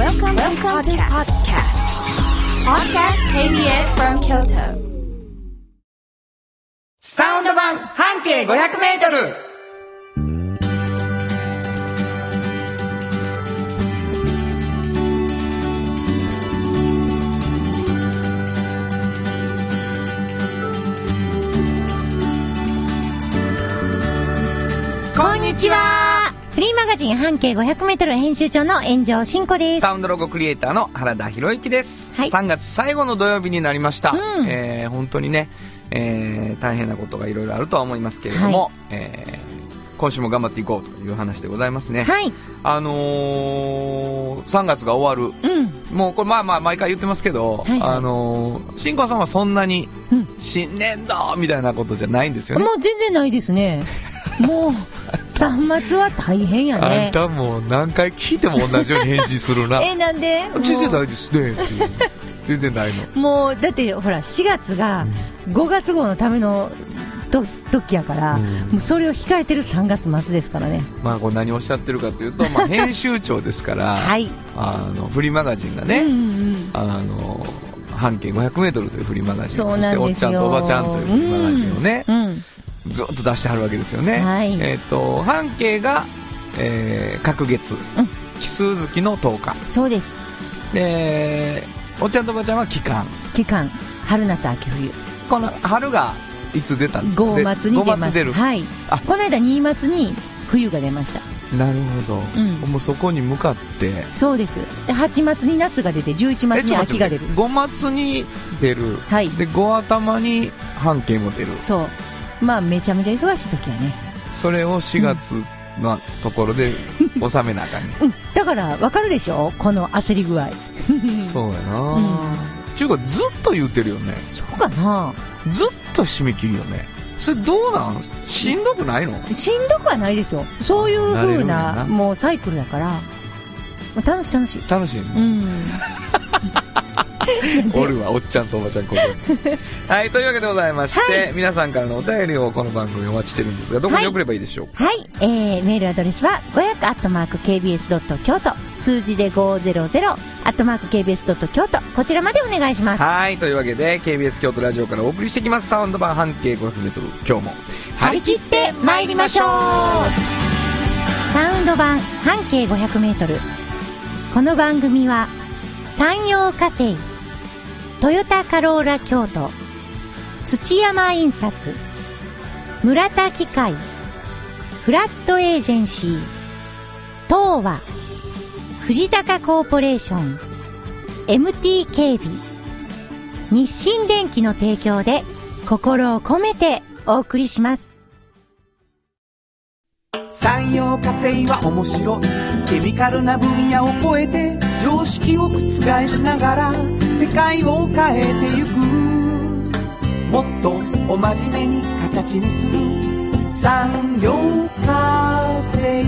Welcome to podcast KBS from Kyoto. サウンド版半径500メートル。 こんにちは。フリーマガジン半径500メートル編集長の炎上真子です。 サウンドロゴクリエイターの原田博之です、 はい、 3月最後の土曜日になりました、本当にね、大変なことがいろいろあるとは思いますけれども、はい、今週も頑張っていこうという話でございますね、はい、3月が終わる、もうこれまあ毎回言ってますけど、はいはい、真子さんはそんなに新年度みたいなことじゃないんですよね。 もう全然ないですね。もう3末は大変やね。 あんたもう何回聞いても同じように返信するな。 なんで全然ないですね全然ないの。 もうだってほら4月が5月号のための時やから、もうそれを控えてる3月末ですからね。 まあこれ何をおっしゃってるかというと、編集長ですから、はい、フリーマガジンがね、半径500メートルというフリーマガジン、そしておっちゃんとおばちゃんというフリーマガジンをね、ずっと出してはるわけですよね、はい、半径が、隔月、奇数月の10日。 そうです。 でおっちゃんとおばちゃんは期間春夏秋冬。 この春がいつ出たんですか。 5月に出ます。出る、はい、この間2月に冬が出ました。 なるほど、もうそこに向かって。そうです。で8月に夏が出て11月に秋が出る。 5月に出る、はい、で5頭に半径も出る。 そう、めちゃめちゃ忙しい時やね。 それを4月のところで収めなあかんね、 だから分かるでしょ、この焦り具合そうやな、ちゅうかずっと言うてるよね。 そうかな、 ずっと締め切りよね。それどうなん、しんどくないの。 しんどくはないですよ。そういう風なもうサイクルだから楽しいね、 おるわ、おっちゃんとおばちゃんここはい、というわけでございまして、はい、皆さんからのお便りをこの番組お待ちしてるんですが、どこに送ればいいでしょうか。 はい、メールアドレスは 500@kbs.kyoto 数字で 500@kbs.kyoto こちらまでお願いします。 はい、というわけで KBS 京都ラジオからお送りしてきますサウンド版半径 500m、 今日も張り切って参りましょう。サウンド版半径 500m、 この番組は山陽火星、トヨタカローラ京都、土山印刷、村田機械、フラットエージェンシー、東和、藤高コーポレーション、MT 警備、日清電機の提供で心を込めてお送りします。 産業化成は面白い。ケミカルな分野を超えて常識を覆しながら世界を変えてゆく。もっとお真面目に形にする産業化成。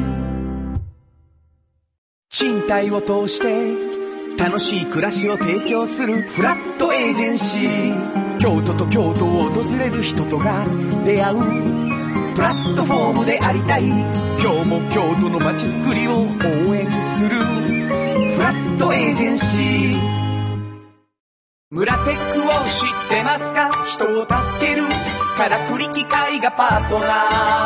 賃貸を通して楽しい暮らしを提供するフラットエージェンシー。京都と京都を訪れる人とが出会うプラットフォームでありたい。今日も京都の街づくりを応援するフラットエージェンシー。村テックを知ってますか。人を助けるからくり機械がパートナー。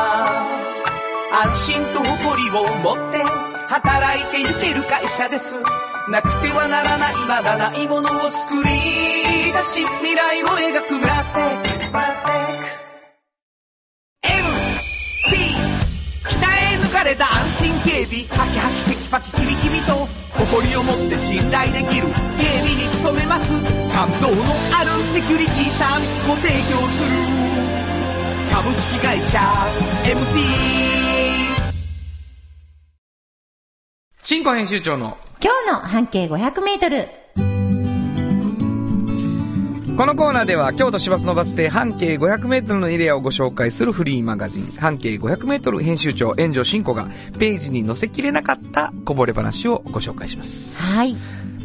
安心と誇りを持って働いてゆける会社です。なくてはならないまだないものを作り出し未来を描く村テック。疲れた安心警備、ハキハキテキパキキビキビと誇りを持って信頼できる警備に努めます。感動のあるセキュリティサービスも提供する株式会社 MT。 新庫編集長の今日の半径500メートル。 このコーナーでは京都市バスのバス停半径 500m のエリアをご紹介するフリーマガジン半径 500m 編集長炎上真子がページに載せきれなかったこぼれ話をご紹介します。 はい。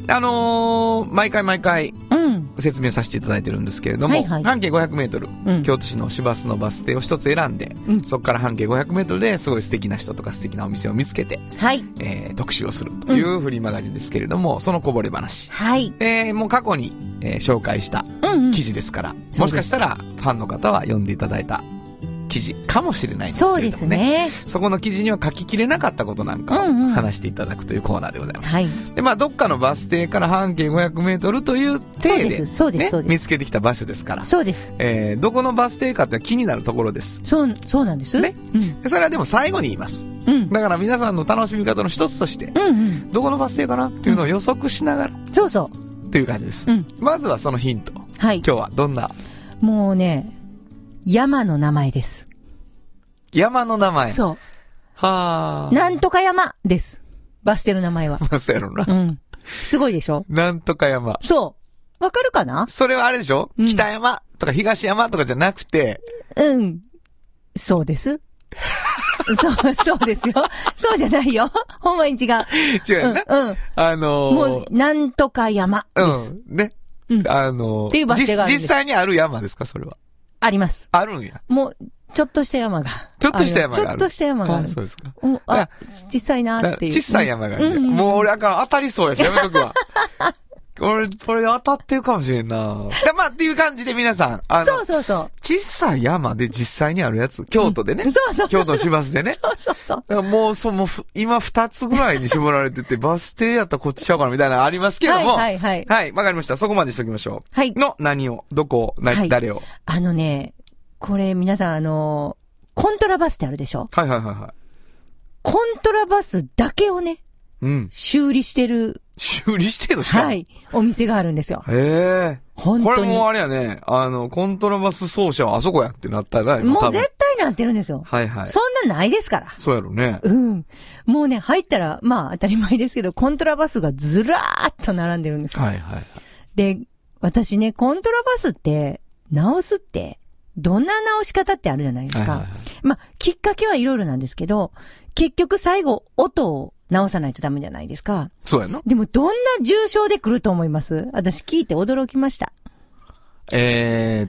毎回、説明させていただいてるんですけれども、半径500メートル、京都市の市バスのバス停を一つ選んで、そこから半径500メートルですごい素敵な人とか素敵なお店を見つけて、特集をするというフリーマガジンですけれども、そのこぼれ話。もう過去に、紹介した記事ですから、もしかしたらファンの方は読んでいただいた記事かもしれないんですけれどもね。そうですね。そこの記事には書ききれなかったことなんかを話していただくというコーナーでございます。で、どっかのバス停から半径500メートルという体で、見つけてきた場所ですから。そうです。どこのバス停かって気になるところです。 そうなんです。ね。 それはでも最後に言います。だから皆さんの楽しみ方の一つとして、どこのバス停かなっていうのを予測しながら。っていう感じです。まずはそのヒント。今日はどんな？ もうね、山の名前です。 山の名前？そう。 はー。なんとか山です。バス停の名前は。 そうやろな。 すごいでしょ？ なんとか山。 そう。わかるかな？ それはあれでしょ？北山とか東山とかじゃなくて。 そうです。そうですよ。そうじゃないよ。ほんまに違う。 違うね。 もう、なんとか山です。 ね。 っていうバス停があるんです。 実際にある山ですか、それは。 あります。 あるんや。 もう、ちょっとした山が。 ちょっとした山がある。 ちょっとした山がある。 そうですか。 小さいなっていう。 小さい山がある。もう俺当たりそうやし、やめとくわ。俺、これ当たってるかもしれんな。っていう感じで皆さん。 そう。 小さい山で実際にあるやつ。京都でね。京都の市バスでね。もう、今2つぐらいに絞られてて、バス停やったらこっちちゃうかなみたいなのありますけども。はい、わかりました。そこまでしときましょう。の何を、どこを、誰を。 これ皆さんコントラバスってあるでしょ？ はい。 コントラバスだけをね、修理してるのしかも。 お店があるんですよ。 へえ。 本当に。 これもあれやね、コントラバス奏者はあそこやってなったらもう絶対なってるんですよ。そんなないですから。 そうやろね。 もうね、入ったら、当たり前ですけど、コントラバスがずらーっと並んでるんですよ。で、私ね、コントラバスって、直すって、どんな直し方ってあるじゃないですか。きっかけはいろいろなんですけど、結局最後、音を直さないとダメじゃないですか。 そうやな。 でもどんな重症で来ると思います？私聞いて驚きました。例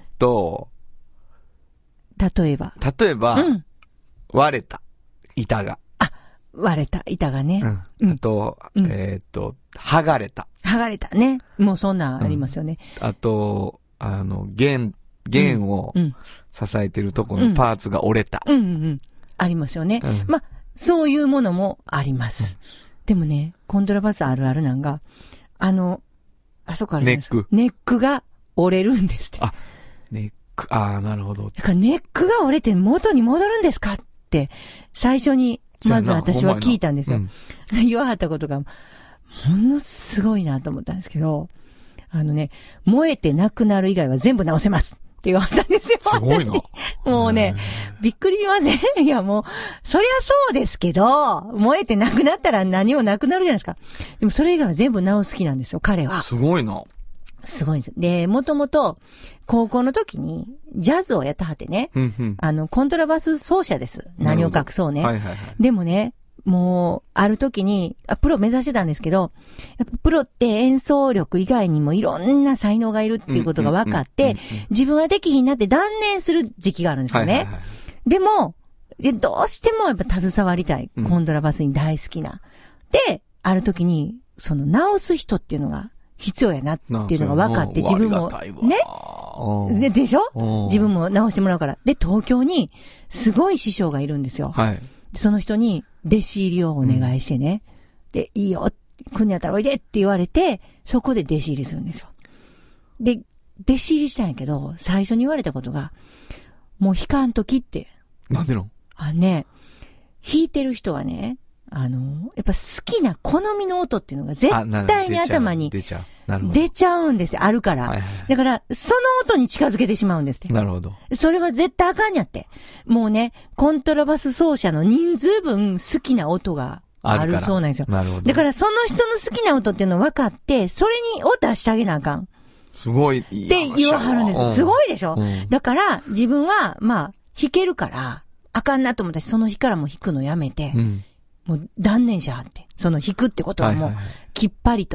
えば、 割れた板が。 割れた板がね。 あと、剥がれた。 剥がれたね。もうそんなんありますよね。 あと、弦を支えてるとこのパーツが折れた。 ありますよね。そういうものもあります。でもね、コントラバスあるあるなんが、あそこあるじゃないですか。ネックが折れるんですって。 ネック、なるほど。 だからネックが折れて元に戻るんですかって、最初に、まず私は聞いたんですよ。言わはったことが、ものすごいなと思ったんですけど、燃えてなくなる以外は全部直せます。って言われたんですよ。 すごいな。 もうね、びっくりしません？いやもう、そりゃそうですけど、燃えてなくなったら何もなくなるじゃないですか。でもそれ以外は全部直す気なんですよ、彼は。 すごいな。 すごいです。で、もともと、高校の時に、ジャズをやったはってね、コントラバス奏者です。何を隠そうね。でもね、もう、ある時に、プロ目指してたんですけど、やっぱプロって演奏力以外にもいろんな才能がいるっていうことが分かって、自分はできひんなって断念する時期があるんですよね。でも、どうしてもやっぱ携わりたい。コントラバスに大好きな。で、ある時に、直す人っていうのが必要やなっていうのが分かって、自分も、ね。でしょ？自分も直してもらうから。で、東京に、すごい師匠がいるんですよ。その人に、弟子入りをお願いしてね。で、いいよ、来んやったらおいでって言われて、そこで弟子入りするんですよ。で、弟子入りしたんやけど、最初に言われたことが、もう弾かんときって。 なんでの？ 弾いてる人はね、やっぱ好きな好みの音っていうのが絶対に頭に出ちゃうんですよ。あるから。だから、その音に近づけてしまうんですって。 なるほど。 それは絶対あかんやって。もうね、コントラバス奏者の人数分好きな音があるそうなんですよ。 なるほど。 だからその人の好きな音っていうのを分かって、それを出してあげなあかん。 すごい。 って言わはるんです。すごいでしょ？だから、自分は、弾けるから、あかんなと思ったし、その日からも弾くのやめて、もう断念しはって。弾くってことはもう、きっぱりと。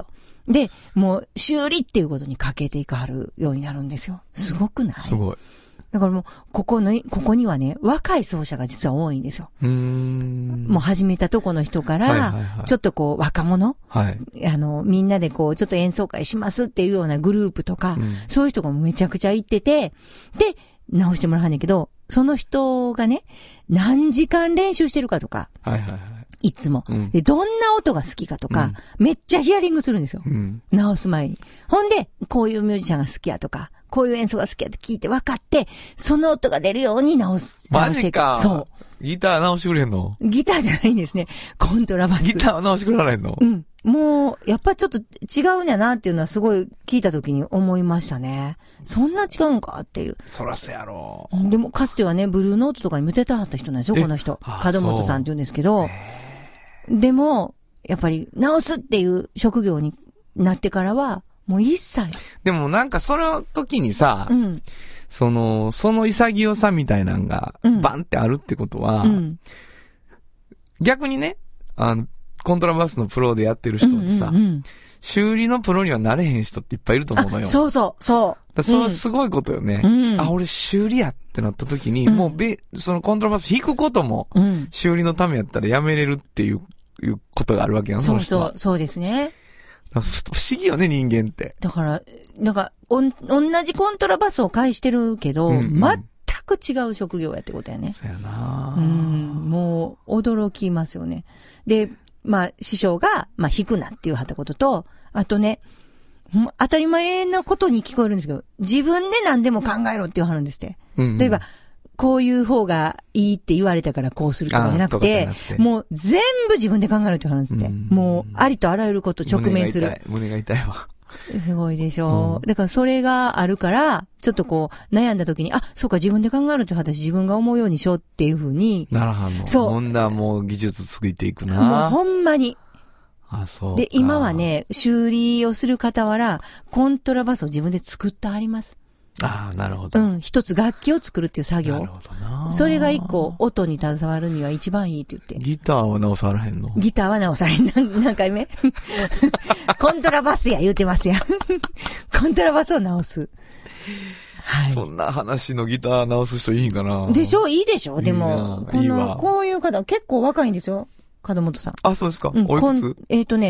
で、もう修理っていうことにかけていかはるようになるんですよ。すごくない？ すごい。 だからもう、ここにはね、若い奏者が実は多いんですよ。もう始めたとこの人から、ちょっとこう、若者、はい、みんなでこう、ちょっと演奏会しますっていうようなグループとか、そういう人がめちゃくちゃ行ってて、で、直してもらわんねんけど、その人がね、何時間練習してるかとか、いつも、で、どんな音が好きかとか、めっちゃヒアリングするんですよ。直す前に。ほんで、こういうミュージシャンが好きやとか、こういう演奏が好きやって聞いて分かって、その音が出るように直していく。 マジか。そう。ギター直してくれんの？ ギターじゃないんですね。コントラバス。 ギターは直してくれられんの？ もう、やっぱちょっと違うんやなっていうのはすごい聞いた時に思いましたね。そんな違うんかっていう。 そらせやろ。 でもかつてはね、ブルーノートとかに向てたはった人なんですよ、この人。門本さんって言うんですけど。でも、やっぱり直すっていう職業になってからは、もう一切。 でもなんかその時にさ、その潔さみたいなのが、バンってあるってことは、逆にね、コントラバスのプロでやってる人ってさ、修理のプロにはなれへん人っていっぱいいると思うのよ。 そう。それはすごいことよね。俺修理やってなった時に、もうそのコントラバス弾くことも、修理のためやったらやめれるっていうことがあるわけやん、その人は。 そうですね。 不思議よね、人間って。 だから、なんか、同じコントラバスを介してるけど、全く違う職業やってことやね。 そうやな。 もう、驚きますよね。で、まあ、師匠が、まあ、弾くなっていうはったことと、あとね、当たり前のことに聞こえるんですけど、自分で何でも考えろって言わはるんですって。例えば、こういう方がいいって言われたからこうするとかじゃなくて、もう全部自分で考えるって言わはるんですって。もう、ありとあらゆること直面する。 胸が痛いわ。 すごいでしょ。だからそれがあるから、ちょっとこう、悩んだ時に、そうか自分で考えるって私自分が思うようにしようっていうふうに。 なるほど。そう。ほんだもう技術ついていくな。 もうほんまに。 そう。 で、今はね、修理をする傍ら、コントラバスを自分で作ってあります。 なるほど。 一つ楽器を作るっていう作業。なるほどな。それが一個、音に携わるには一番いいって言って。 ギターは直さらへんの？ ギターは直さへん。何回目コントラバスや言うてますやん。コントラバスを直す。はい。 そんな話のギター直す人いいんかな？ でしょ？いいでしょ？でも、 いいわ。 こういう方、結構若いんですよ。門本さん。 そうですか。おいくつ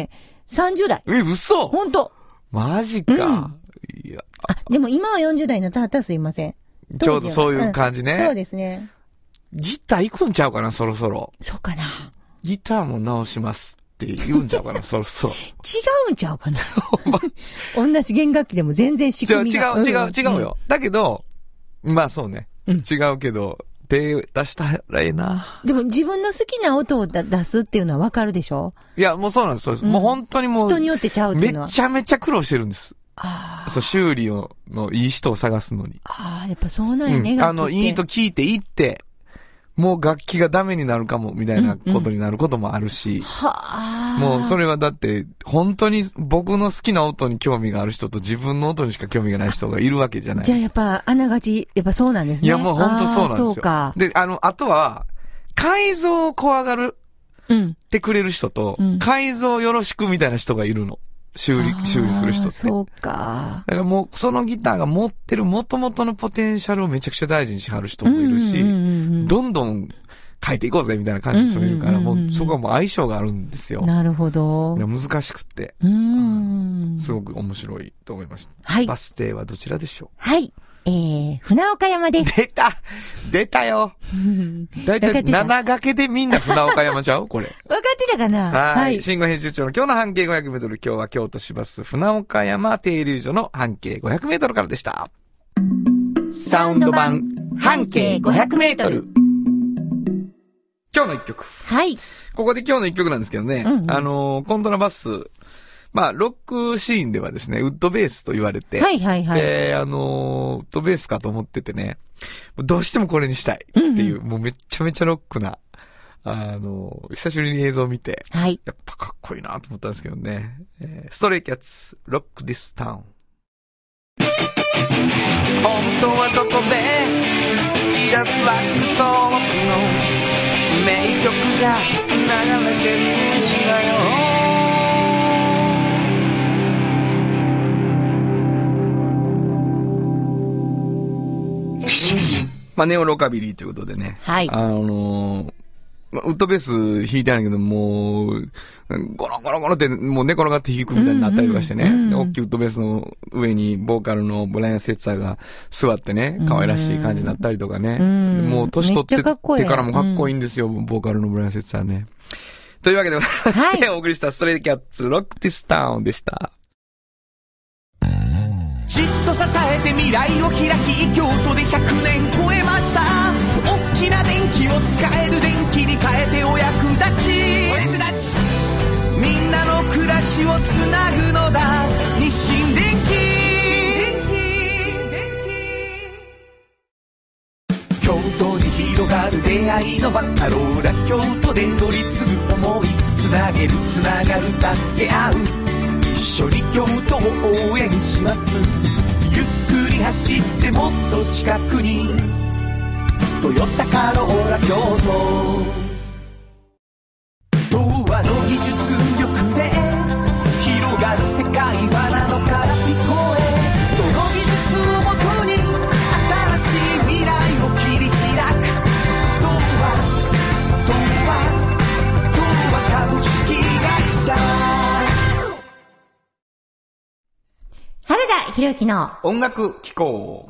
？30代。 嘘？ ほんと。 マジか。いや。 でも今は40代になったらすいません。 ちょうどそういう感じね。 そうですね。 ギター行くんちゃうかな、そろそろ。 そうかな。 ギターも直しますって言うんちゃうかな、そろそろ。 違うんちゃうかな。同じ弦楽器でも全然仕組みが。 違うよ。だけど、まあそうね。違うけど、手出したらええな。 でも自分の好きな音を出すっていうのはわかるでしょ？ いや、もうそうなんです。もう本当にもう。 人によってちゃうっていうのは。 めちゃめちゃ苦労してるんです。そう、修理のいい人を探すのに。 やっぱそうなんやね、 いいと聞いていって、もう楽器がダメになるかも、みたいなことになることもあるし。もうそれはだって、本当に僕の好きな音に興味がある人と自分の音にしか興味がない人がいるわけじゃない。 じゃあやっぱ、あながち、やっぱそうなんですね。 いや、もう本当そうなんですよ。 そうか。 で、あとは、改造を怖がるってくれる人と、改造よろしくみたいな人がいるの。修理する人って。 そうか。 だからもう、そのギターが持ってる元々のポテンシャルをめちゃくちゃ大事にしはる人もいるし、どんどん変えていこうぜみたいな感じの人もいるから、もうそこはもう相性があるんですよ。 なるほど。 難しくって。すごく面白いと思いました。 はい。 バス停はどちらでしょう？ はい。船岡山です。 出たよ。だいたい7掛けでみんな船岡山ちゃうこれ。 分かってたかな？ はい。新語編集長の今日の半径500メートル。今日は京都市バス船岡山停留所の半径500メートルからでした。 サウンド版半径500メートル。 今日の一曲。 はい。 ここで今日の一曲なんですけどね。コントラバス。まあ、ロックシーンではですね、ウッドベースと言われて。 はいはいはい。 で、ウッドベースかと思っててね、どうしてもこれにしたいっていう、もうめちゃめちゃロックな、久しぶりに映像を見て、 はい。 やっぱかっこいいなと思ったんですけどね。ストレイキャッツ、ロックディスタウン。本当はどこで、Just like 登録の名曲が流れてるんだよ。 まあ、ネオロカビリーということでね。 はい。 ウッドベース弾いてないけど、もう、ゴロゴロゴロって、もう寝転がって弾くみたいになったりとかしてね。で大きいウッドベースの上に、ボーカルのブライアン・セッツァーが座ってね、可愛らしい感じになったりとかね。もう、年取ってからもかっこいいんですよ、ボーカルのブライアン・セッツァーね。というわけでございまして、お送りしたストレイキャッツ、ロックティスタウンでした。 じっと支えて未来を開き、京都で100年超えました。大きな電気を使える電気に変えてお役立ち、みんなの暮らしをつなぐのだ、日清電気。京都に広がる出会いのバカローラ京都で乗り継ぐ思い、つなげるつながる助け合う、一緒に京都を応援します。ゆっくり走ってもっと近くに、トヨタカローラ京都。東和の技術力で広がる世界はなのから聞こえ、その技術をもとに新しい未来を切り開く。東和株式会社。 原田博之の音楽機構。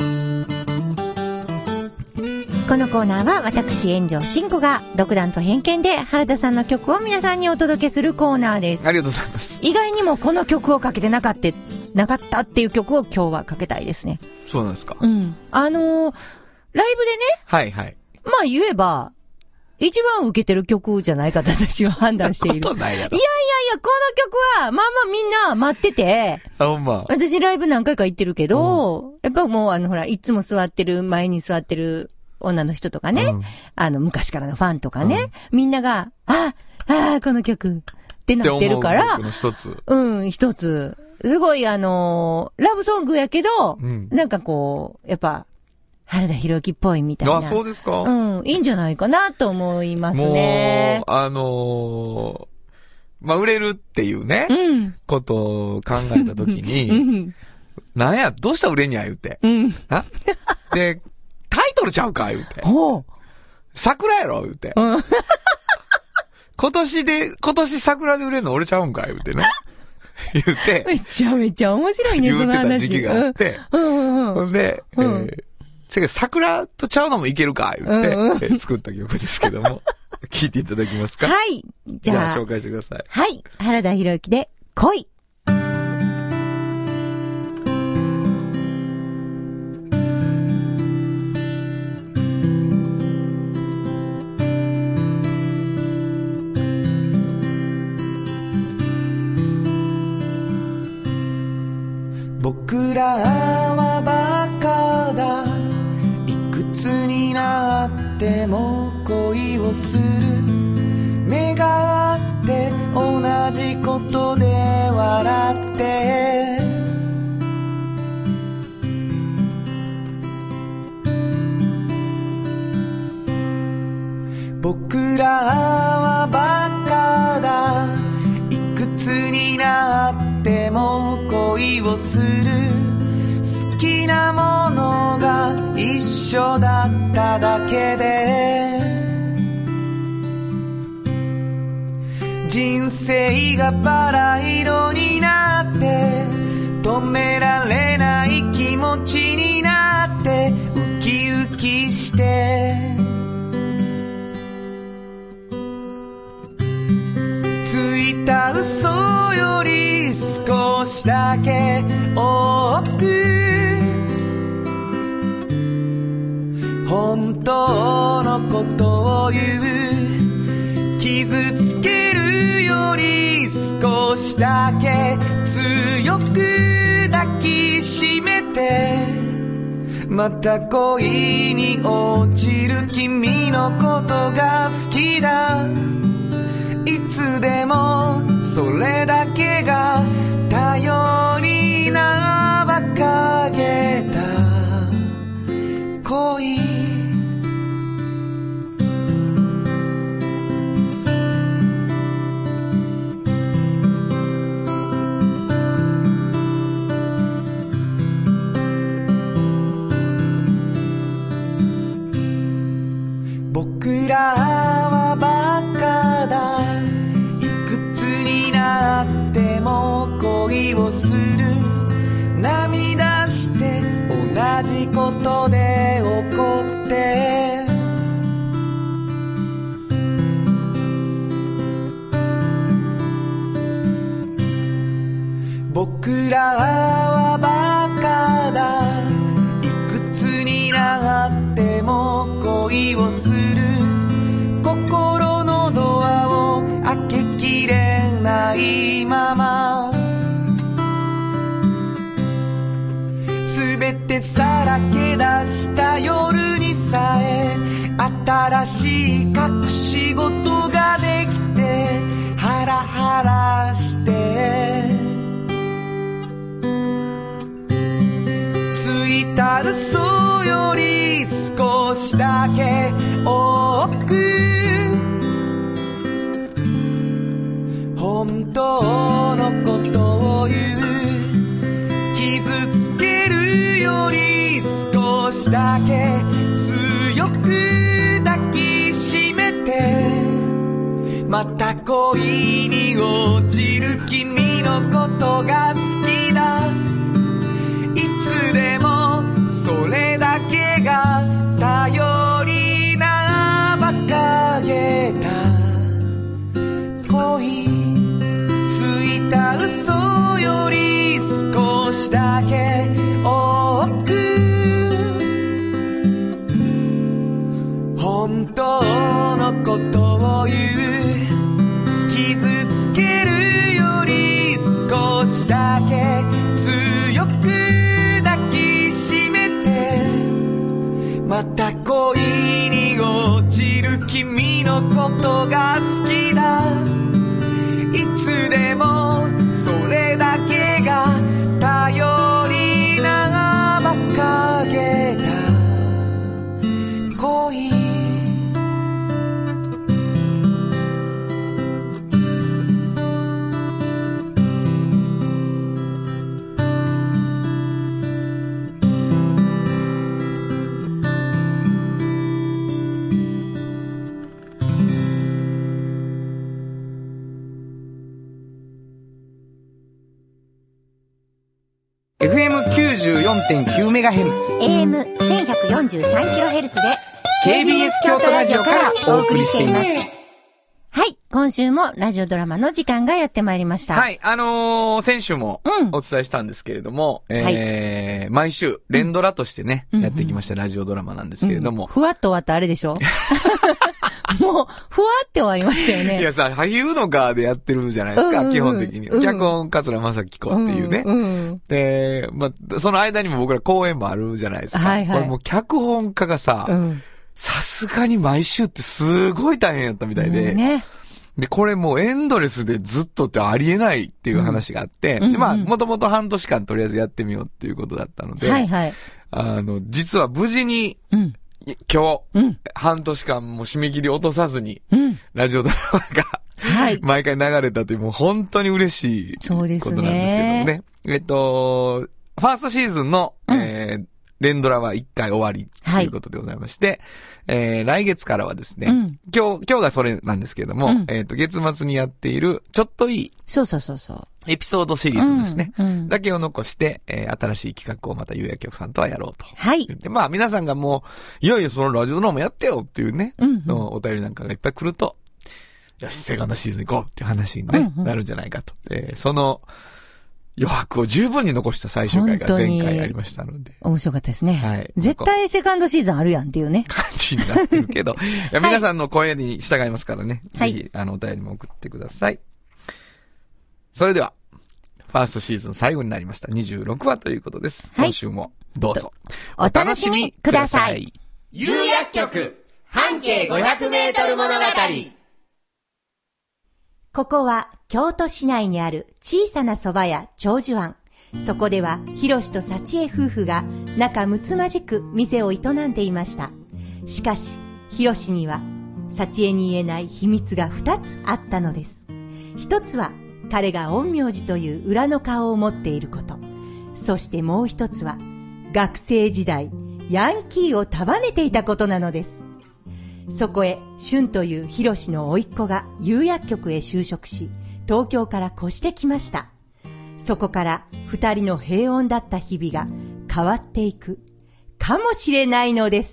このコーナーは私炎上真子が独断と偏見で原田さんの曲を皆さんにお届けするコーナーです。 ありがとうございます。 意外にもこの曲をかけてなかったっていう曲を今日はかけたいですね。 そうなんですか。 ライブでね。 はいはい。 まあ言えば、一番受けてる曲じゃないかと私は判断している。 ことないやろ。 いや、この曲は、まあみんな待ってて。 あ、ほんま。 私ライブ何回か行ってるけど、やっぱもうほら、いつも前に座ってる女の人とかね、昔からのファンとかね、みんなが、この曲ってなってるから、 一つ。 一つ。すごいラブソングやけど、なんかこう、やっぱ、原田博之っぽいみたいな。 あ、そうですか。 いいんじゃないかなと思いますね。 もう、まあ、売れるっていうね、ことを考えたときに、なんや、どうしたら売れんや、言うて。で、タイトルちゃうか、言うて。桜やろ、言うて。今年桜で売れるの俺ちゃうんか、言うてね。言うて。 めちゃめちゃ面白いね、その話。 言うてた時期があって。ほんで、桜とちゃうのもいけるか、言って、作った曲ですけども。聞いていただけますか？ はい。 じゃあ紹介してください。 はい。原田博之で恋。 僕らはバカだ、いくつになっても恋をする、目が合って同じことで笑って、僕らはバカだ、いくつになっても恋をする、好きなものが一緒だっただけで、人生がバラ色になって止められない気持ちになってウキウキして、ついた嘘より少しだけ多く本当のことを言う、傷つけるより少しだけ強く抱きしめて、また恋に落ちる君のことが好きだ、いつでもそれだけが頼りな馬鹿げた恋。 恋をする涙して同じことで怒って僕らはバカだいくつになっても恋をする心のドアを開けきれないまますべてさらけ出した夜にさえ新しい隠し事ができてハラハラしてついた嘘より少しだけ多く本当のことを言う傷つけるより少しだけ強く抱きしめてまた恋に落ちる君のことが好きだいつでもそれだけが頼りな馬鹿げた恋ついた嘘より少しだけ多く本当のことを言う傷つけるより少しだけ強く抱きしめてまた恋に落ちる君のことが好きだいつでもそれだけが頼りな馬鹿げた恋 FM94.9MHz AM1143kHz で KBS 京都ラジオからお送りしています。 はい。今週もラジオドラマの時間がやってまいりました。 はい。先週もお伝えしたんですけれども、毎週連ドラとしてね、やってきましたラジオドラマなんですけれども。 ふわっと終わったあれでしょもう、ふわって終わりましたよね。 いやさ、俳優の側でやってるじゃないですか、基本的に。脚本、桂正樹子っていうね。で、まあ、その間にも僕ら公演もあるじゃないですか。はいはい。これもう脚本家がさ、さすがに毎週ってすごい大変やったみたいで。ね。で、これもうエンドレスでずっとってありえないっていう話があって、でまあ、もともと半年間とりあえずやってみようっていうことだったので、はいはい。実は無事に、今日、半年間も締め切り落とさずに、ラジオドラマが、毎回流れたという、もう本当に嬉しいことなんですけどもね。ファーストシーズンの、連ドラは1回終わりということでございまして、来月からはですね、今日がそれなんですけれども、月末にやっている、ちょっといい、エピソードシリーズですね。だけを残して、新しい企画をまた有薬局さんとはやろうと。はい。で、まあ皆さんがもう、いよいよそのラジオドラマやってよっていうね、のお便りなんかがいっぱい来ると、よし、セカンドシーズン行こうっていう話にね、なるんじゃないかと。その余白を十分に残した最終回が前回ありましたので。 面白かったですね。はい。絶対セカンドシーズンあるやんっていうね。 感じになってるけど、いや皆さんの声に従いますからね。ぜひ、お便りも送ってください。それでは、ファーストシーズン最後になりました。26話ということです。今週もどうぞ。 お楽しみください。 有薬局、半径500メートル物語。 ここは京都市内にある小さな蕎麦屋長寿庵。そこではひろしと幸恵夫婦が仲睦まじく店を営んでいました。しかしひろしには幸恵に言えない秘密が2つあったのです。一つは彼が陰陽師という裏の顔を持っていること。そしてもう一つは学生時代ヤンキーを束ねていたことなのです。そこへ俊というひろしの甥っ子が有薬局へ就職し、東京から越してきました。 そこから二人の平穏だった日々が変わっていくかもしれないのです。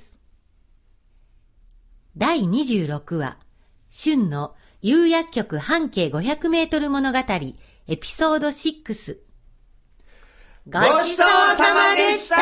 第26話、春の釉薬局半径500メートル物語エピソード6。 ごちそうさまでした。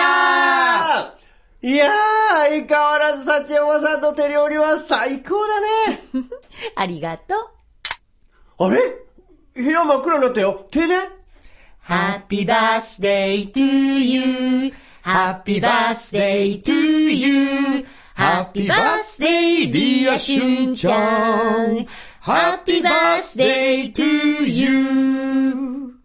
いやー、相変わらず幸山さんの手料理は最高だね。 ありがとう。 あれ？部屋真っ暗になったよ。停電？ Happy birthday to you. Happy birthday to you. Happy birthday dear しゅんちゃん. Happy birthday to you.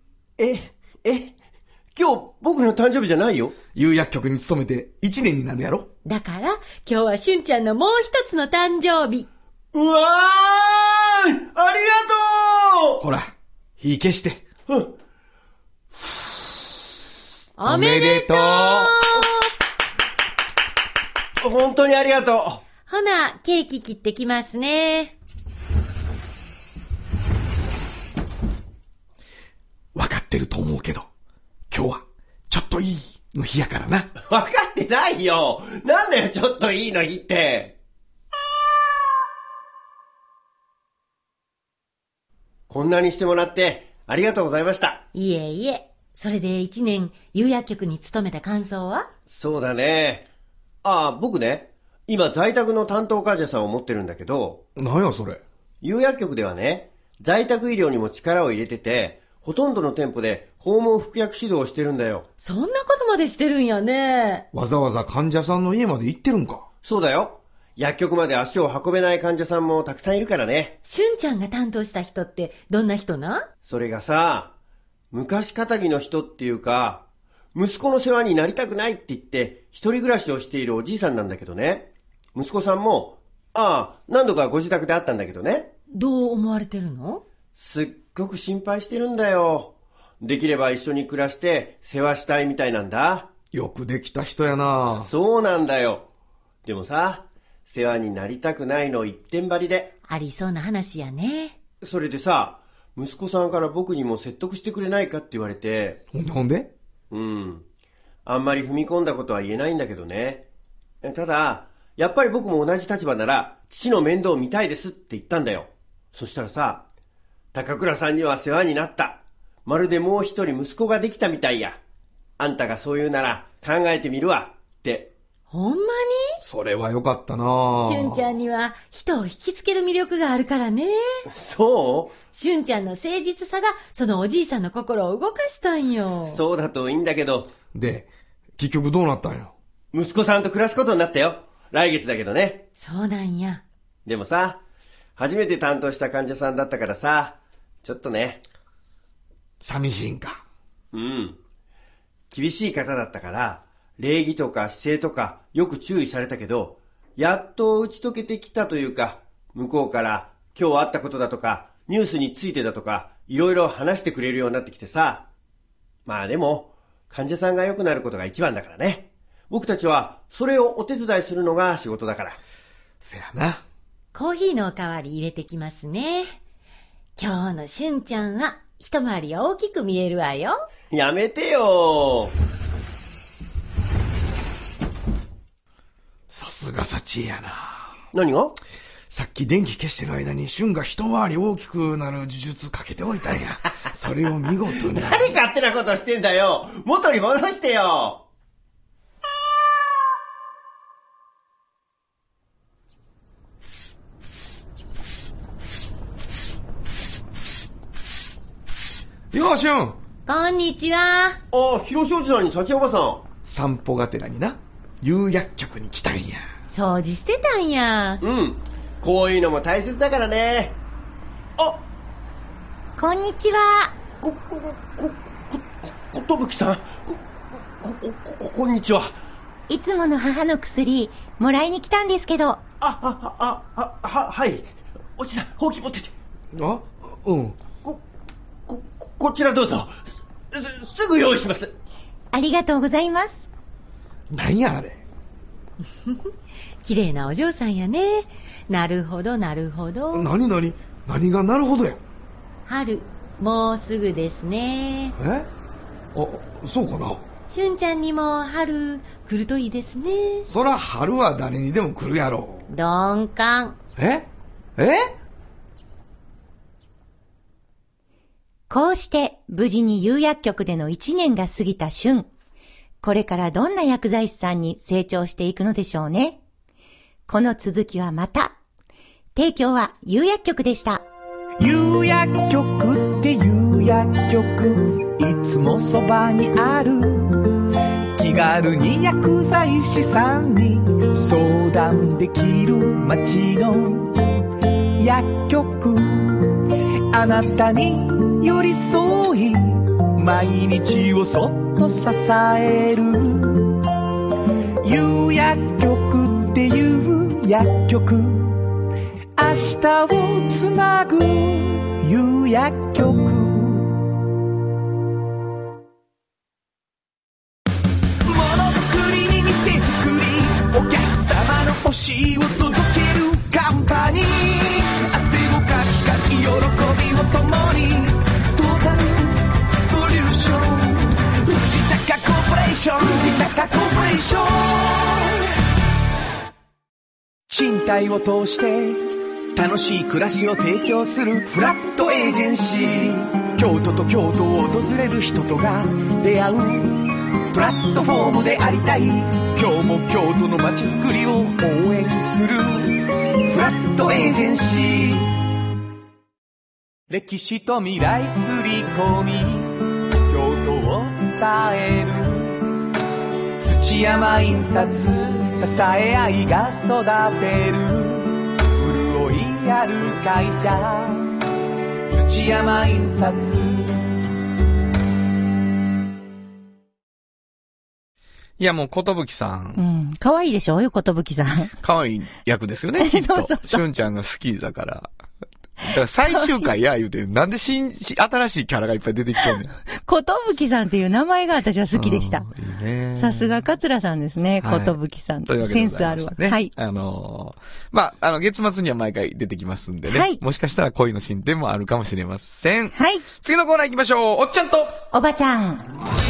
今日僕の誕生日じゃないよ。 釉薬局に勤めて1年になるやろ。 だから今日はしゅんちゃんのもう一つの誕生日。 うわー、ありがとう。 ほら、火消して。 うん。 おめでとう。 本当にありがとう。 ほな、ケーキ切ってきますね。 わかってると思うけど、今日はちょっといいの日やからな。 わかってないよ。なんだよちょっといいの日って。こんなにしてもらってありがとうございました。 いえいえ。それで1年釉薬局に勤めた感想は？ そうだね。僕ね、今在宅の担当患者さんを持ってるんだけど。 なんやそれ。 釉薬局ではね、在宅医療にも力を入れてて、ほとんどの店舗で訪問服薬指導をしてるんだよ。 そんなことまでしてるんやね。 わざわざ患者さんの家まで行ってるんか。 そうだよ。薬局まで足を運べない患者さんもたくさんいるからね。 しゅんちゃんが担当した人ってどんな人な？ それがさ、昔かたぎの人っていうか、息子の世話になりたくないって言って一人暮らしをしているおじいさんなんだけどね。息子さんも何度かご自宅で会ったんだけどね。 どう思われてるの？ すっごく心配してるんだよ。できれば一緒に暮らして世話したいみたいなんだ。 よくできた人やな。 そうなんだよ。でもさ、世話になりたくないの一点張りで。 ありそうな話やね。 それでさ、息子さんから僕にも説得してくれないかって言われて。 ほんで？ あんまり踏み込んだことは言えないんだけどね。ただ、やっぱり僕も同じ立場なら父の面倒を見たいですって言ったんだよ。そしたらさ、高倉さんには世話になった。まるでもう一人息子ができたみたいや。あんたがそう言うなら考えてみるわって。 ほんまに？ それはよかったな。 しゅんちゃんには人を引きつける魅力があるからね。 そう？ しゅんちゃんの誠実さがそのおじいさんの心を動かしたんよ。 そうだといいんだけど。 で、結局どうなったんよ？ 息子さんと暮らすことになったよ。来月だけどね。 そうなんや。 でもさ、初めて担当した患者さんだったからさ、ちょっとね。 寂しいんか。 厳しい方だったから、礼儀とか姿勢とかよく注意されたけど、やっと打ち解けてきたというか、向こうから今日あったことだとか、ニュースについてだとか、いろいろ話してくれるようになってきてさ。まあでも、患者さんが良くなることが一番だからね。僕たちはそれをお手伝いするのが仕事だから。 せやな。 コーヒーのおかわり入れてきますね。今日のしゅんちゃんは一回り大きく見えるわよ。 やめてよ。 さすが幸恵やな。 何が？ さっき電気消してる間に旬が一回り大きくなる呪術かけておいたんや。それを見事に。 何勝手なことしてんだよ。元に戻してよ。 よしゅん。 こんにちは。 広小路さんに幸おばさん。 散歩がてらにな、釉薬局に来たんや。 掃除してたんや。 こういうのも大切だからね。 こんにちは。 ことぶきさん。こんにちは。 いつもの母の薬もらいに来たんですけど。 はい。おじさん、ほうき持ってて。こちらどうぞ。すぐ用意します。 ありがとうございます。 何やあれ。 綺麗なお嬢さんやね。なるほどなるほど。 何がなるほどや。 春もうすぐですね。 そうかな。 しゅんちゃんにも春来るといいですね。 そら春は誰にでも来るやろ。 鈍感。 こうして無事に釉薬局での1年が過ぎた春。これからどんな薬剤師さんに成長していくのでしょうね。この続きはまた。提供は釉薬局でした。 釉薬局って釉薬局、いつもそばにある。気軽に薬剤師さんに相談できる街の薬局。あなたに寄り添い、毎日をそっと支える。釉薬局っていう薬局、明日をつなぐ釉薬局。ものづくりに店づくり、お客様の欲しいを届けるカンパニー。汗をかきかき喜びを共に、トータルソリューション。藤高コーポレーション、藤高コーポレーション。賃貸を通して楽しい暮らしを提供するフラットエージェンシー。京都と京都を訪れる人とが出会うプラットフォームでありたい。今日も京都の街づくりを応援するフラットエージェンシー。歴史と未来すり込み、京都を伝える土山印刷、支え合いが育てる潤いある会社、土山印刷。 いやもう、ことぶきさん。 可愛いでしょことぶきさん。 可愛い役ですよね、きっと。しゅんちゃんが好きだから。だから最終回や言うて、なんで新しいキャラがいっぱい出てきてんねん。ことぶきさんっていう名前が私は好きでした。いいね。さすが桂さんですね、ことぶきさん。というわけでセンスあるわ。はい。 月末には毎回出てきますんでね。はい。もしかしたら恋の進展もあるかもしれません。 はい。 次のコーナー行きましょう。おっちゃんとおばちゃん。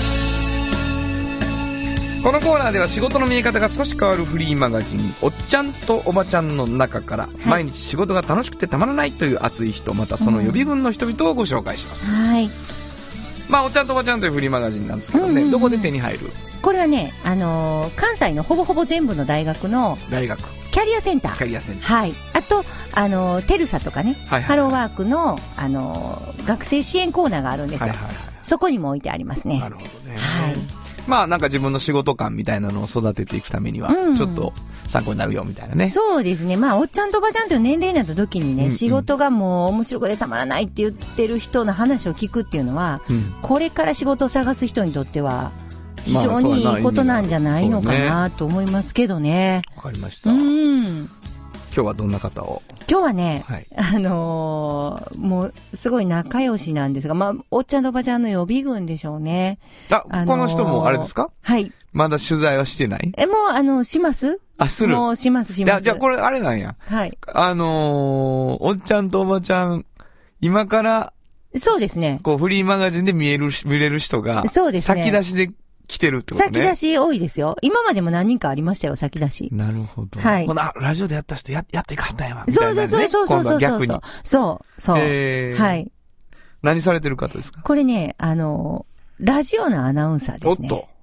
このコーナーでは仕事の見え方が少し変わるフリーマガジンおっちゃんとおばちゃんの中から、毎日仕事が楽しくてたまらないという熱い人、またその予備軍の人々をご紹介します。 はい。 おっちゃんとおばちゃんというフリーマガジンなんですけどね、どこで手に入る？ これはね、関西のほぼほぼ全部の大学のキャリアセンター。はい。あと、テルサとかね、ハローワークの、学生支援コーナーがあるんですよ。そこにも置いてありますね。 なるほどね。はい。なんか自分の仕事感みたいなのを育てていくためには、ちょっと参考になるよみたいなね。 そうですね。おっちゃんとおばちゃんという年齢になった時にね、仕事がもう面白くてたまらないって言ってる人の話を聞くっていうのは、これから仕事を探す人にとっては、非常にいいことなんじゃないのかなと思いますけどね。 わかりました。今日はどんな方を？ 今日はね、もうすごい仲良しなんですが、おっちゃんとおばちゃんの予備軍でしょうね。 この人もあれですか？はい。まだ取材はしてない？ もうします？ する。 もうします。じゃあこれあれなんや。はい。おっちゃんとおばちゃん、今から、 そうですね。 フリーマガジンで見れる人が、そうですね。先出しで来てるってことね。 先出し多いですよ。今までも何人かありましたよ、先出し。 なるほど。 はい。 ラジオでやった人やっていかはったんやわ。みたいなね。 そう。 逆に。 そう。はい。 何されてる方ですか？ これね、ラジオのアナウンサーですね。 おっと。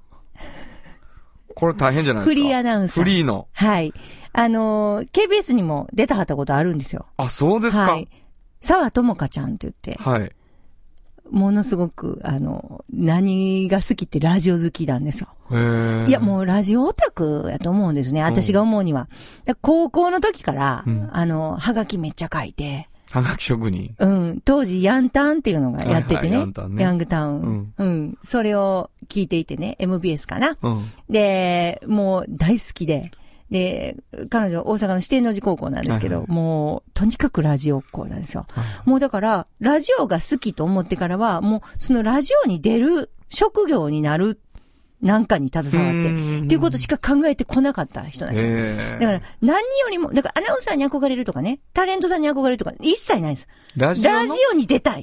これ大変じゃないですか？ フリーアナウンサー。 フリーの。 はい。KBS にも出たはったことあるんですよ。 あ、そうですか。はい。 沢智香ちゃんって言って。はい。ものすごく、何が好きってラジオ好きなんですよ。いや、もうラジオオタクやと思うんですね。私が思うには。高校の時から、はがきめっちゃ書いて。 はがき職人。 当時、ヤンタンっていうのがやっててね。ヤングタウン。それを聞いていてね。MBS かな。で、もう大好きで。で、彼女、大阪の四天王寺高校なんですけど、もう、とにかくラジオっ子なんですよ。もうだから、ラジオが好きと思ってからは、もう、そのラジオに出る職業になる、なんかに携わって、っていうことしか考えてこなかった人なんですよ。だから、何よりも、だからアナウンサーに憧れるとかね、タレントさんに憧れるとか、一切ないです。ラジオに出たい。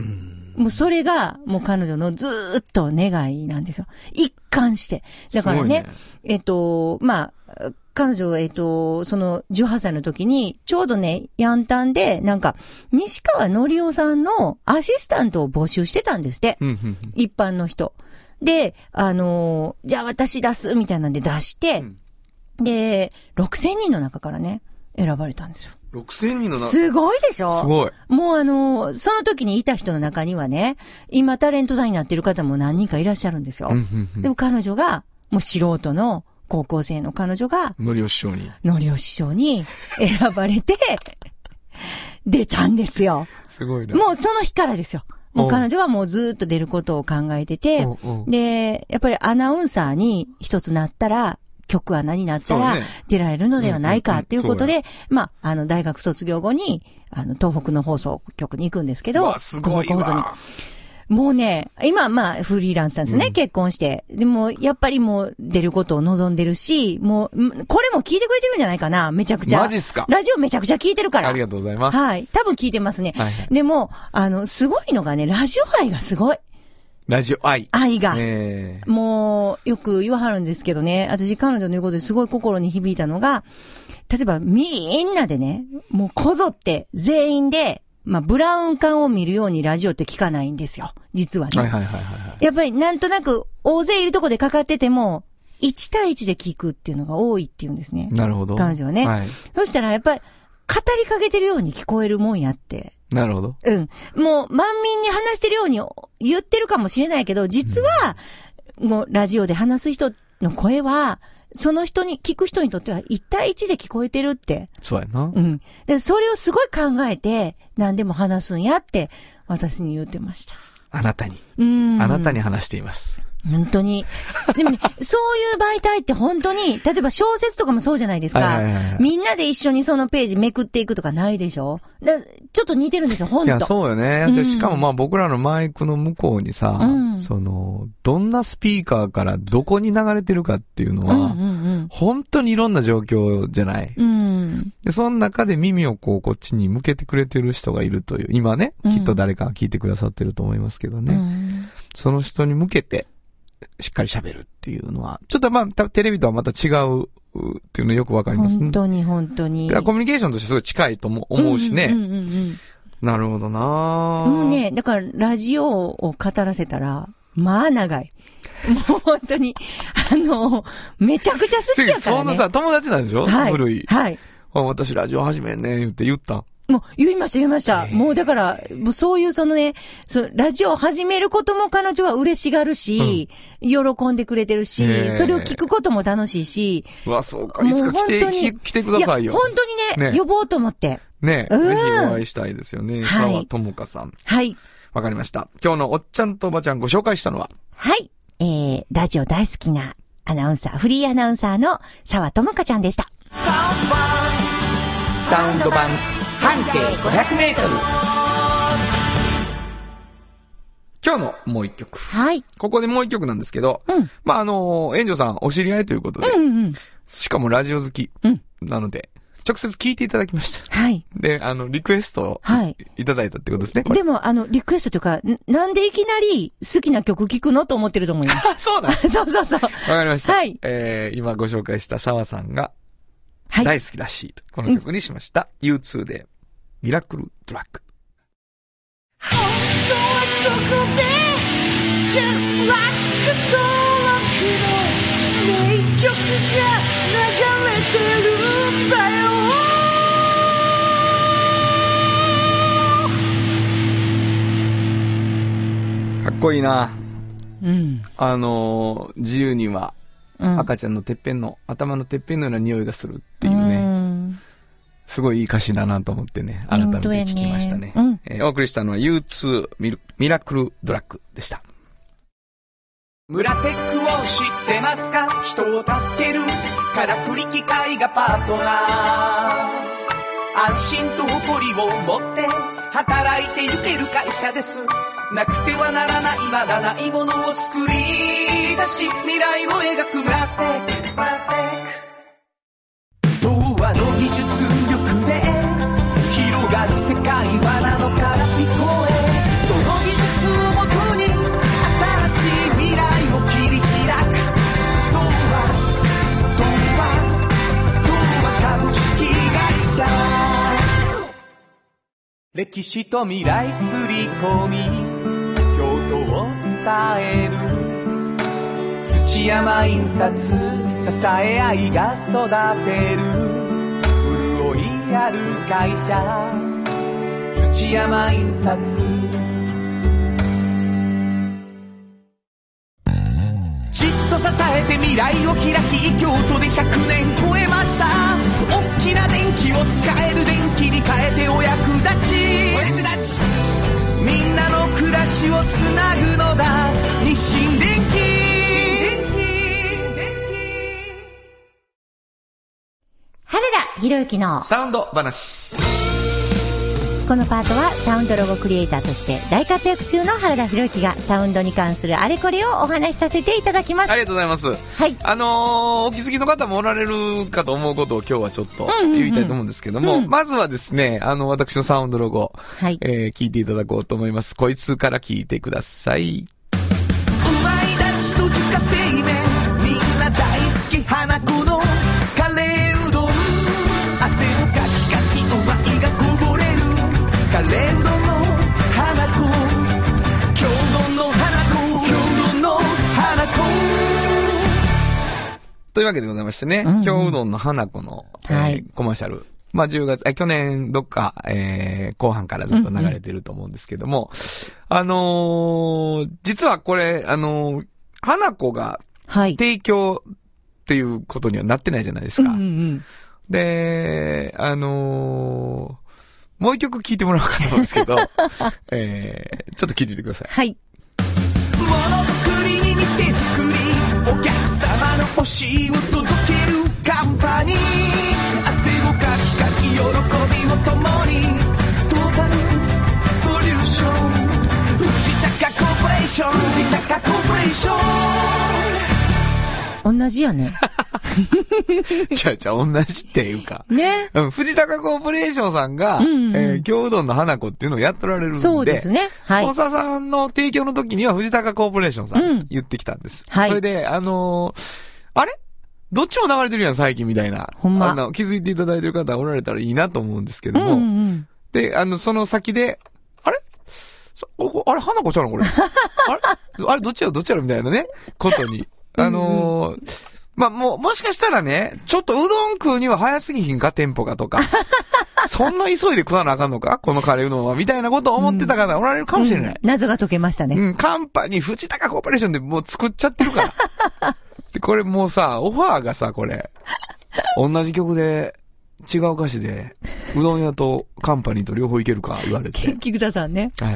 もうそれが、もう彼女のずーっと願いなんですよ。一貫して。だからね、まあ、彼女、その18歳の時に、ちょうどね、ヤンタンで、なんか、西川のりおさんのアシスタントを募集してたんですって。一般の人。で、じゃあ私出す、みたいなんで出して、で、6000人の中からね、選ばれたんですよ。 6000人の中。 すごいでしょ？ すごい。 もうその時にいた人の中にはね、今タレントさんになってる方も何人かいらっしゃるんですよ。でも彼女が、もう素人の高校生の彼女が、 のりお師匠に選ばれて、出たんですよ。 すごいな。 もうその日からですよ。もう彼女はもうずっと出ることを考えてて、で、やっぱりアナウンサーに一つなったら、局アナになったら出られるのではないかっていうことで、まあ、大学卒業後に、東北の放送局に行くんですけど、 すごいわ。 もうね、今まあフリーランスなんですね、結婚して。でも、やっぱりもう出ることを望んでるし、もう、これも聞いてくれてるんじゃないかな、めちゃくちゃ。 マジっすか？ ラジオめちゃくちゃ聞いてるから。 ありがとうございます。 はい。多分聞いてますね。はいはい、でも、すごいのがね、ラジオ愛がすごい。 ラジオ愛が。もう、よく言わはるんですけどね、私彼女の言うことですごい心に響いたのが、例えばみんなでね、もうこぞって全員で、まあ、ブラウン管を見るようにラジオって聞かないんですよ。実はね。やっぱりなんとなく大勢いるとこでかかってても、1対1で聞くっていうのが多いっていうんですね。 なるほど。 彼女はね。はい、そしたらやっぱり語りかけてるように聞こえるもんやって。 なるほど。 もう満民に話してるように言ってるかもしれないけど、実は、もうラジオで話す人の声は、その人に、聞く人にとっては1対1で聞こえてるって。 そうやな。 で、それをすごい考えて、何でも話すんやって、私に言ってました。 あなたに話しています。 本当に。でもね、そういう媒体って本当に、例えば小説とかもそうじゃないですか。みんなで一緒にそのページめくっていくとかないでしょ？ちょっと似てるんですよ、本当。 いや、そうよね。でしかもまあ僕らのマイクの向こうにさ、どんなスピーカーからどこに流れてるかっていうのは、本当にいろんな状況じゃない。で、その中で耳をこっちに向けてくれてる人がいるという、今ね、きっと誰かが聞いてくださってると思いますけどね。その人に向けて、しっかり喋るっていうのは、ちょっとまあ、テレビとはまた違うっていうのよくわかりますね。 本当に本当に。 コミュニケーションとしてすごい近いと思うしね。なるほどなぁ。 もうね、だからラジオを語らせたら、まあ長い。もう本当に、めちゃくちゃ好きやからね。 そのさ、友達なんでしょ？ はい。 古い。 はい。 私ラジオ始めんねって言ったん。 もう言いました。もうだから、もうそういうラジオを始めることも彼女は嬉しがるし、喜んでくれてるし、それを聞くことも楽しいし。 うわ、そうか。いつか来てくださいよ。 本当にね、呼ぼうと思って。 ね、ぜひお会いしたいですよね。澤智香さん。 はい。 わかりました。今日のおっちゃんとおばちゃんご紹介したのは？ はい。ラジオ大好きなアナウンサー、フリーアナウンサーの澤智香ちゃんでした。 サウンド版半径500メートル。 今日のもう一曲。 はい。 ここでもう一曲なんですけど、まあ、援助さんお知り合いということで、しかもラジオ好きなので、直接聞いていただきました。 はい。 で、リクエストをいただいたってことですね。 でも、リクエストというか、なんでいきなり好きな曲聞くのと思ってると思います。 そうだ。 そう。わかりました。 はい。 今ご紹介した澤さんが、大好きだし、この曲にしました。U2 で、ミラクルドラッグ。 本当はここで Just like 登録の名曲が流れてるんだよ。 かっこいいな。自由には、赤ちゃんの頭のてっぺんのような匂いがするっていうね。すごいいい歌詞だなと思ってね、改めて聞きましたね。お送りしたのは U2 ミラクルドラッグでした。 村テックを知ってますか？人を助けるからくり機械がパートナー。安心と誇りを持って働いてゆける会社です。なくてはならないまだないものを作り出し未来を描く村テック。童話の技術力で広がる世界はなのから聞こえ。その歴史と未来すり込み京都を伝える土山印刷支え合いが育てる潤いある会社土山印刷じっと支えて未来を開き京都で100年超えました大きな電気を使える電気に変えてお役立ちみんなの暮らしをつなぐのだ日清電気原田博之のサウンド話。 このパートはサウンドロゴクリエイターとして大活躍中の原田博之がサウンドに関するあれこれをお話しさせていただきます。 ありがとうございます。 はい。 お気づきの方もおられるかと思うことを今日はちょっと言いたいと思うんですけども、まずはですね、私のサウンドロゴ、はい、聞いていただこうと思います。こいつから聞いてください。 うまいだしと自家製麺みんな大好き花子のカレーうどん汗のかきかきうまいがこぼれるカレーうどんの花子京都の花子京都の花子というわけでございましてね、京うどんの花子の、コマーシャル。まあ、10月、去年どっか、後半からずっと流れてると思うんですけども、実はこれ、花子が提供っていうことにはなってないじゃないですか。で、もう一曲聴いてもらおうかと思うんですけど、ちょっと聴いてみてください。はい。 ものづくりに店づくりお客様の欲しいを届けるカンパニー汗をかきかき喜びを共にトータルソリューション藤高コーポレーション藤高コーポレーション同じやね。 じゃあ同じっていうか。 ね。 藤高コーポレーションさんが、京うどんの花子っていうのをやっておられるんで。 そうですね。 はい。スポンサーさんの提供の時には藤高コーポレーションさん言ってきたんです。はい。それで、あれどっちも流れてるやん最近みたいな。 ほんま。 気づいていただいてる方おられたらいいなと思うんですけども。で、その先で、あれ花子ちゃうのこれ。あれどっちやろみたいなね、ことに。まあ、もしかしたらね、ちょっとうどん食うには早すぎひんか、テンポがとか。そんな急いで食わなあかんのかこのカレーうどんはみたいなことを思ってた方おられるかもしれない。 謎が解けましたね。 カンパニー、藤高コーポレーションでもう作っちゃってるから。で、これもうさ、オファーがさ、これ、同じ曲で、違う歌詞で、うどん屋とカンパニーと両方いけるか言われて。 菊田さんね。 はい。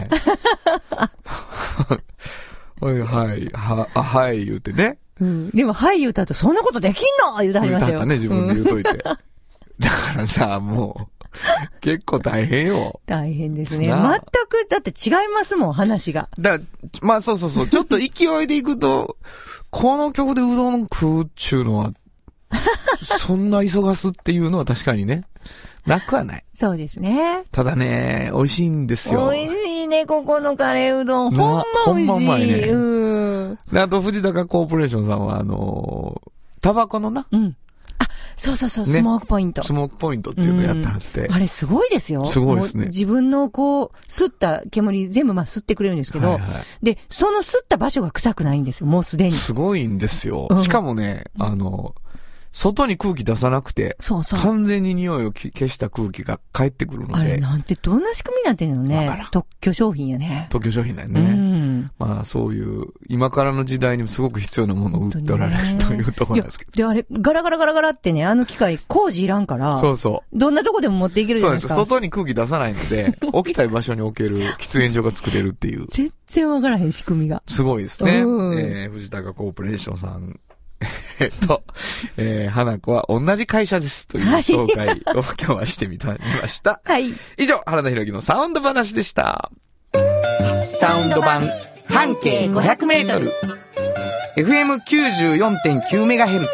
はい、言うてね。 でも、はい言うた後、そんなことできんの言うてはりましたよ。 歌ったね、自分で言うといて。だからさ、もう、結構大変よ。 大変ですね。全く、だって違いますもん、話が。 まあそう。ちょっと勢いでいくと、この曲でうどん食うっちゅうのは、そんな急がすっていうのは確かにね、なくはない。 そうですね。 ただね、美味しいんですよ。 美味しいね、ここのカレーうどん。ほんま美味しい。ほんまうまいね。 で、あと、藤高コーポレーションさんは、タバコのな。 そう、スモークポイント。 スモークポイントっていうのやってはって。 あれすごいですよ。 すごいですね。 自分の吸った煙全部吸ってくれるんですけど、で、その吸った場所が臭くないんですよ、もうすでに。 すごいんですよ。しかもね、外に空気出さなくて、完全に匂いを消した空気が返ってくるので。 あれなんてどんな仕組みになってんのね。特許商品やね。 特許商品だよね。まあそういう、今からの時代にもすごく必要なものを売っておられるというところなんですけど。 で、あれ、ガラガラってね、機械工事いらんから。 そう。 どんなとこでも持っていけるじゃないですか。 そうです。外に空気出さないので、置きたい場所に置ける喫煙所が作れるっていう。 全然わからへん仕組みが。 すごいですね。藤高コーポレーションさん。花子は同じ会社ですという紹介を今日はしてみました。はい。以上、原田博之のサウンド話でした。 サウンド版半径500メートル。 FM94.9MHz。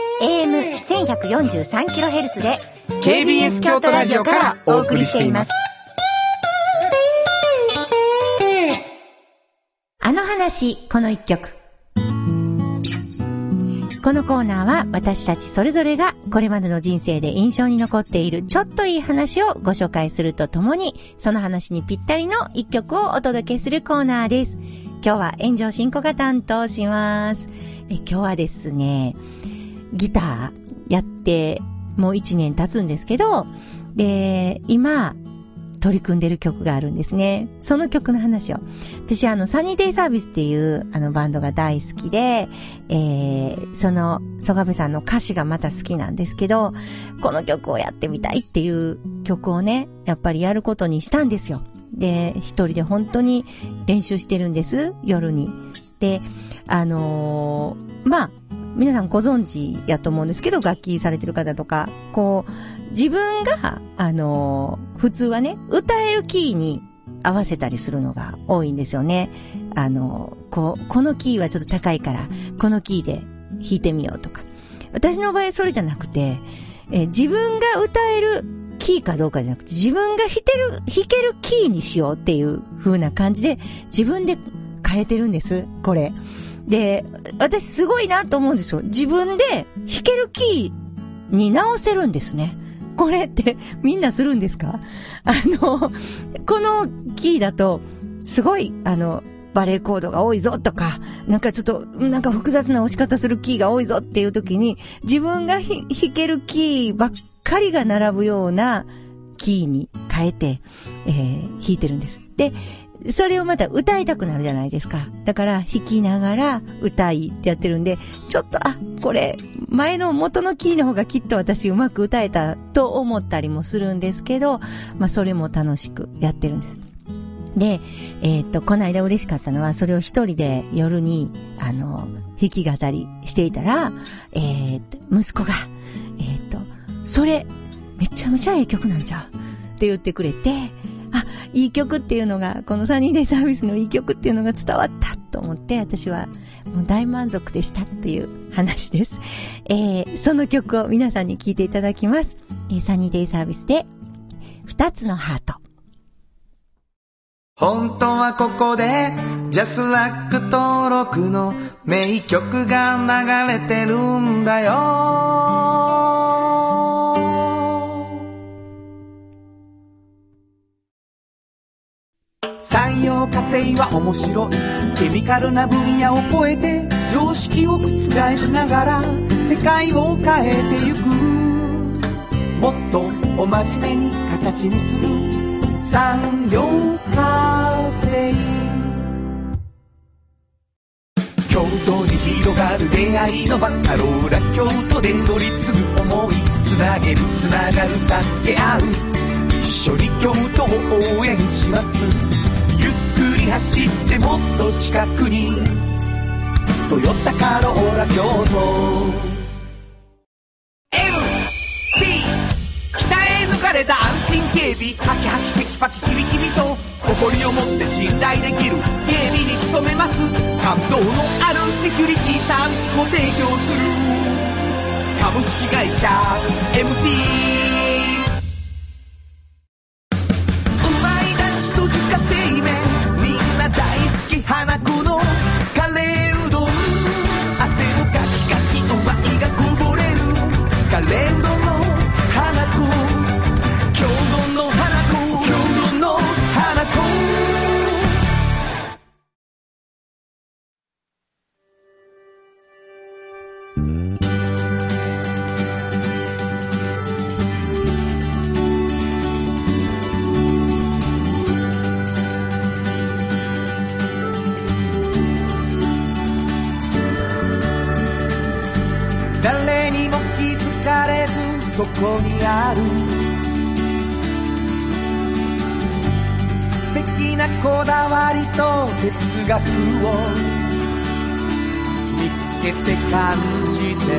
AM1143kHz で KBS 京都ラジオからお送りしています。 あの話、この一曲。 このコーナーは私たちそれぞれがこれまでの人生で印象に残っているちょっといい話をご紹介するとともに、その話にぴったりの一曲をお届けするコーナーです。今日は炎上進行が担当します。今日はですね、ギターやってもう1年経つんですけど、で、今取り組んでる曲があるんですね。その曲の話を。私サニーデイサービスっていうバンドが大好きで、その曽我部さんの歌詞がまた好きなんですけど、この曲をやってみたいっていう曲をね、やっぱりやることにしたんですよ。で、一人で本当に練習してるんです、夜に。で、まあ、皆さんご存知やと思うんですけど、楽器されてる方とか、こう、自分が、普通はね、歌えるキーに合わせたりするのが多いんですよね。このキーはちょっと高いから、このキーで弾いてみようとか。私の場合それじゃなくて、自分が歌えるキーかどうかじゃなくて、自分が弾けるキーにしようっていう風な感じで、自分で変えてるんです、これ。で、私すごいなと思うんですよ。自分で弾けるキーに直せるんですね。これってみんなするんですか？このキーだと、すごい、バレーコードが多いぞとか、なんかちょっと、なんか複雑な押し方するキーが多いぞっていう時に、自分が弾けるキーばっかりが並ぶようなキーに変えて、弾いてるんです。で、それをまた歌いたくなるじゃないですか。だから弾きながら歌いってやってるんで、ちょっとこれ前の元のキーの方がきっと私うまく歌えたと思ったりもするんですけど、まあそれも楽しくやってるんです。で、この間嬉しかったのは、それを一人で夜に弾き語りしていたら、息子がそれめちゃめちゃええ曲なんちゃうって言ってくれて、いい曲っていうのが、このサニーデイサービスのいい曲っていうのが伝わったと思って、私はもう大満足でしたという話です。その曲を皆さんに聴いていただきます。サニーデイサービスで2つのハート。 本当はここでジャスラック登録の名曲が流れてるんだよ。 産業化成は面白い。ケミカルな分野を超えて常識を覆しながら世界を変えてゆく。もっとお真面目に形にする産業化成。京都に広がる出会いの場、カローラ京都で乗り継ぐ思い、つなげるつながる助け合う、一緒に京都を応援します。ゆっくり走ってもっと近くに、トヨタカローラ京都。 MT 北へ抜かれた安心警備、ハキハキテキパキキビキビと誇りを持って信頼できる警備に努めます。感動のあるセキュリティサービスも提供する株式会社 MT。花子のカレーうどん、汗のかきかきお舞がこぼれるカレーうどんの花子、京都の花子、京都の花子。誰にも気づかれずそこにある素敵なこだわりと哲学を見つけて感じて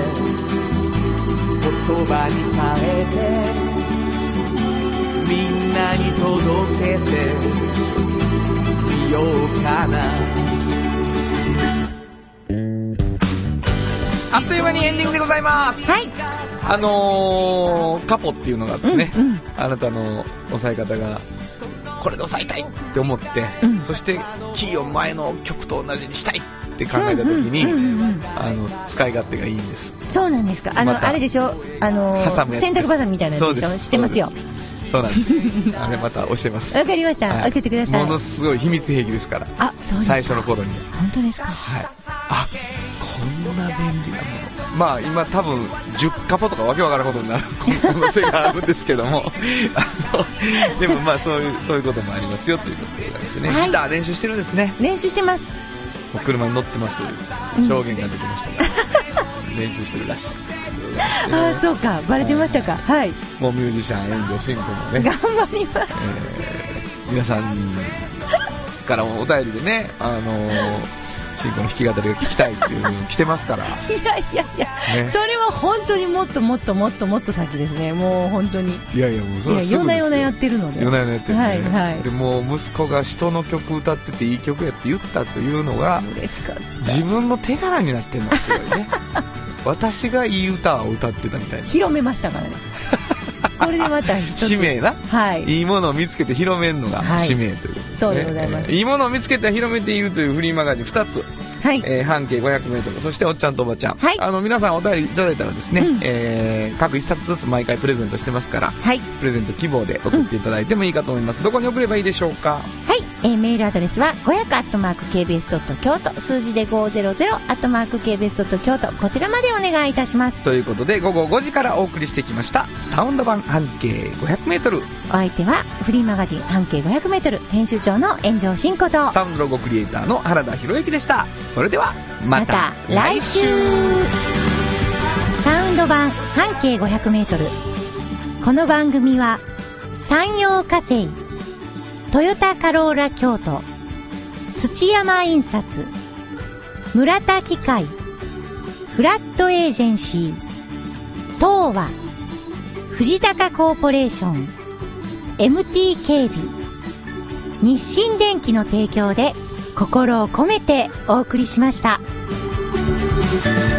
言葉に変えてみんなに届けてみようかな。 あっという間にエンディングでございます。 はい。 カポっていうのがあってね、あなたの押さえ方がこれで押さえたいって思って、そしてキーを前の曲と同じにしたいっって考えた時に、使い勝手がいいんです。 そうなんですか。あれでしょ、洗濯バサミみたいなやつでしょ。知ってますよ。 そうなんです。あれまた教えます。 わかりました、教えてください。 ものすごい秘密兵器ですから。 あ、そうですか。 最初の頃に。 本当ですか。 はい。あ、こんな便利なもの。まあ今多分10カポとかわけわからんことになる可能性があるんですけどもでもまあそういうこともありますよということでございましてね、ギター練習してるんですね。 練習してます。 車に乗ってます。証言が出てましたから練習してるらしい。 ああ、そうか、バレてましたか。はい。 もうミュージシャン、演者、進行もね、 頑張ります。 皆さんからもお便りでね、進行の弾き語りが聞きたいっていうの来てますから。いや、ね、それは本当にもっと先ですね。もう本当に。 いやもうそれはすぐですよ。 夜なやってるので。 夜なやってるね。 はい。 でも息子が人の曲歌ってていい曲やって言ったというのが嬉しかった。 自分の手柄になってるのがすごいね。私がいい歌を歌ってたみたいな。 広めましたからね。これでまた一つ使命な、 はい、 いいものを見つけて広めるのが使命ということですね。 そうでございます。 いいものを見つけて広めているというフリーマガジン2つ、はい、半径 500m、 そしておっちゃんとおばちゃん、はい、皆さんお便りいただいたらですね、各1冊ずつ毎回プレゼントしてますから、はい、プレゼント希望で送っていただいてもいいかと思います。どこに送ればいいでしょうか。 はい、メールアドレスは 500@kbs. 京都、数字で 500@kbs. 京都、こちらまでお願いいたします。 ということで午後5時からお送りしてきましたサウンド版半径 500m。 お相手はフリーマガジン半径 500m 編集長の炎上真子とサウンドロゴクリエイターの原田博之でした。それではまた来週。 サウンド版半径 500m。 この番組は山陽火星、トヨタカローラ京都、土山印刷、村田機械、フラットエージェンシー、東和、藤高コーポレーション、MT 警備、日清電機の提供で心を込めてお送りしました。